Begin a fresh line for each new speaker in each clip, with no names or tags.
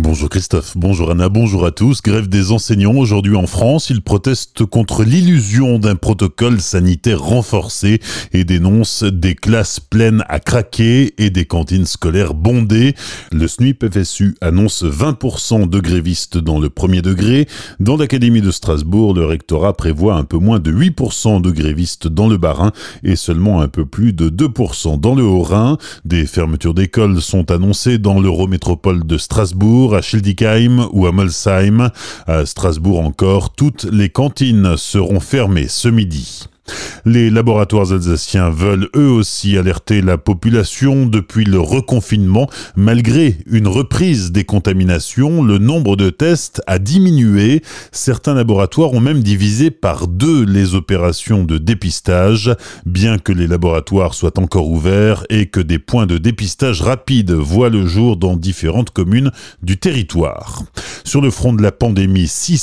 Bonjour Christophe, bonjour Anna, bonjour à tous. Grève des enseignants aujourd'hui en France. Ils protestent contre l'illusion d'un protocole sanitaire renforcé et dénoncent des classes pleines à craquer et des cantines scolaires bondées. Le SNUIP-FSU annonce 20% de grévistes dans le premier degré. Dans l'Académie de Strasbourg, le rectorat prévoit un peu moins de 8% de grévistes dans le Bas-Rhin et seulement un peu plus de 2% dans le Haut-Rhin. Des fermetures d'écoles sont annoncées dans l'Eurométropole de Strasbourg, à Schildikheim ou à Molsheim. À Strasbourg encore, toutes les cantines seront fermées ce midi. Les laboratoires alsaciens veulent eux aussi alerter la population depuis le reconfinement. Malgré une reprise des contaminations, le nombre de tests a diminué. Certains laboratoires ont même divisé par 2 les opérations de dépistage, bien que les laboratoires soient encore ouverts et que des points de dépistage rapides voient le jour dans différentes communes du territoire. Sur le front de la pandémie,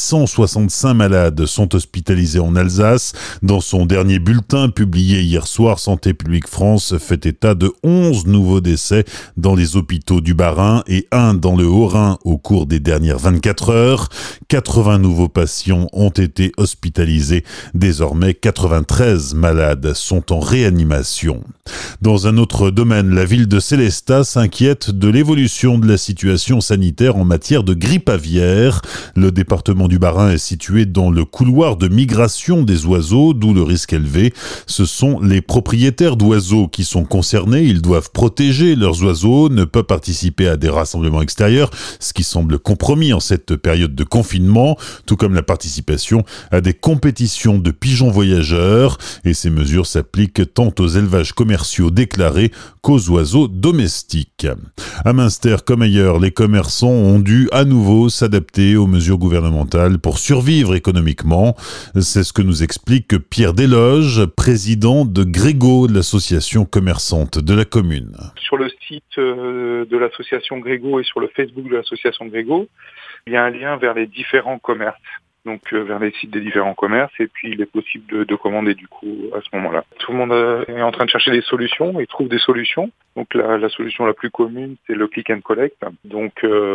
665 malades sont hospitalisés en Alsace. Dans son dernier bulletin publié hier soir, Santé publique France fait état de 11 nouveaux décès dans les hôpitaux du Bas-Rhin et 1 dans le Haut-Rhin au cours des dernières 24 heures. 80 nouveaux patients ont été hospitalisés. Désormais, 93 malades sont en réanimation. Dans un autre domaine, la ville de Sélestat s'inquiète de l'évolution de la situation sanitaire en matière de grippe aviaire. Le département du Bas-Rhin est situé dans le couloir de migration des oiseaux, d'où le risque élevé. Ce sont les propriétaires d'oiseaux qui sont concernés. Ils doivent protéger leurs oiseaux, ne peuvent participer à des rassemblements extérieurs, ce qui semble compromis en cette période de confinement, tout comme la participation à des compétitions de pigeons voyageurs. Et ces mesures s'appliquent tant aux élevages commerciaux déclarés qu'aux oiseaux domestiques. À Münster comme ailleurs, les commerçants ont dû à nouveau s'adapter aux mesures gouvernementales pour survivre économiquement. C'est ce que nous explique Pierre Desloges, président de Grégo, l'association commerçante de la commune.
Sur le site de l'association Grégo et sur le Facebook de l'association Grégo, il y a un lien vers les différents commerces. Donc vers les sites des différents commerces, et puis il est possible de commander du coup à ce moment-là. Tout le monde est en train de chercher des solutions et trouve des solutions. Donc la solution la plus commune, c'est le click and collect. Donc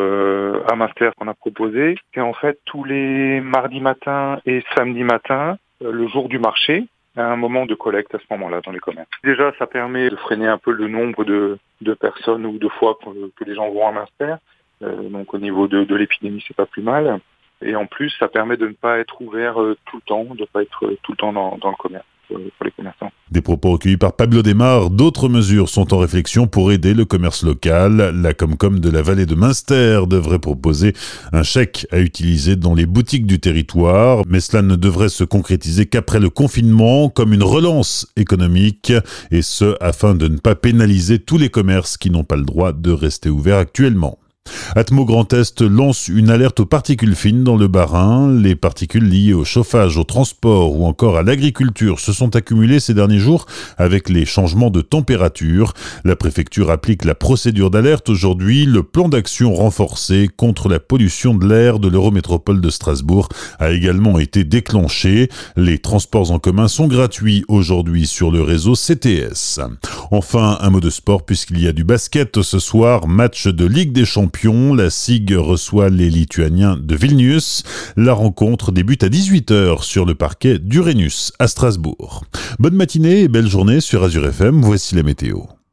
à Münster qu'on a proposé, c'est en fait tous les mardis matins et samedis matins, le jour du marché, à un moment de collecte à ce moment-là dans les commerces. Déjà, ça permet de freiner un peu le nombre de personnes ou de fois que les gens vont à Münster. Donc au niveau de l'épidémie, c'est pas plus mal. Et en plus, ça permet de ne pas être ouvert tout le temps, de ne pas être tout le temps dans le commerce pour les commerçants.
Des propos recueillis par Pablo Desmar. D'autres mesures sont en réflexion pour aider le commerce local. La Comcom de la vallée de Münster devrait proposer un chèque à utiliser dans les boutiques du territoire. Mais cela ne devrait se concrétiser qu'après le confinement, comme une relance économique. Et ce, afin de ne pas pénaliser tous les commerces qui n'ont pas le droit de rester ouverts actuellement. Atmo Grand Est lance une alerte aux particules fines dans le Bas-Rhin. Les particules liées au chauffage, au transport ou encore à l'agriculture se sont accumulées ces derniers jours avec les changements de température. La préfecture applique la procédure d'alerte aujourd'hui. Le plan d'action renforcé contre la pollution de l'air de l'Eurométropole de Strasbourg a également été déclenché. Les transports en commun sont gratuits aujourd'hui sur le réseau CTS. Enfin, un mot de sport puisqu'il y a du basket ce soir. Match de Ligue des Champions. La SIG reçoit les Lituaniens de Vilnius. La rencontre débute à 18h sur le parquet d'Uranus à Strasbourg. Bonne matinée et belle journée sur Azure FM. Voici la météo.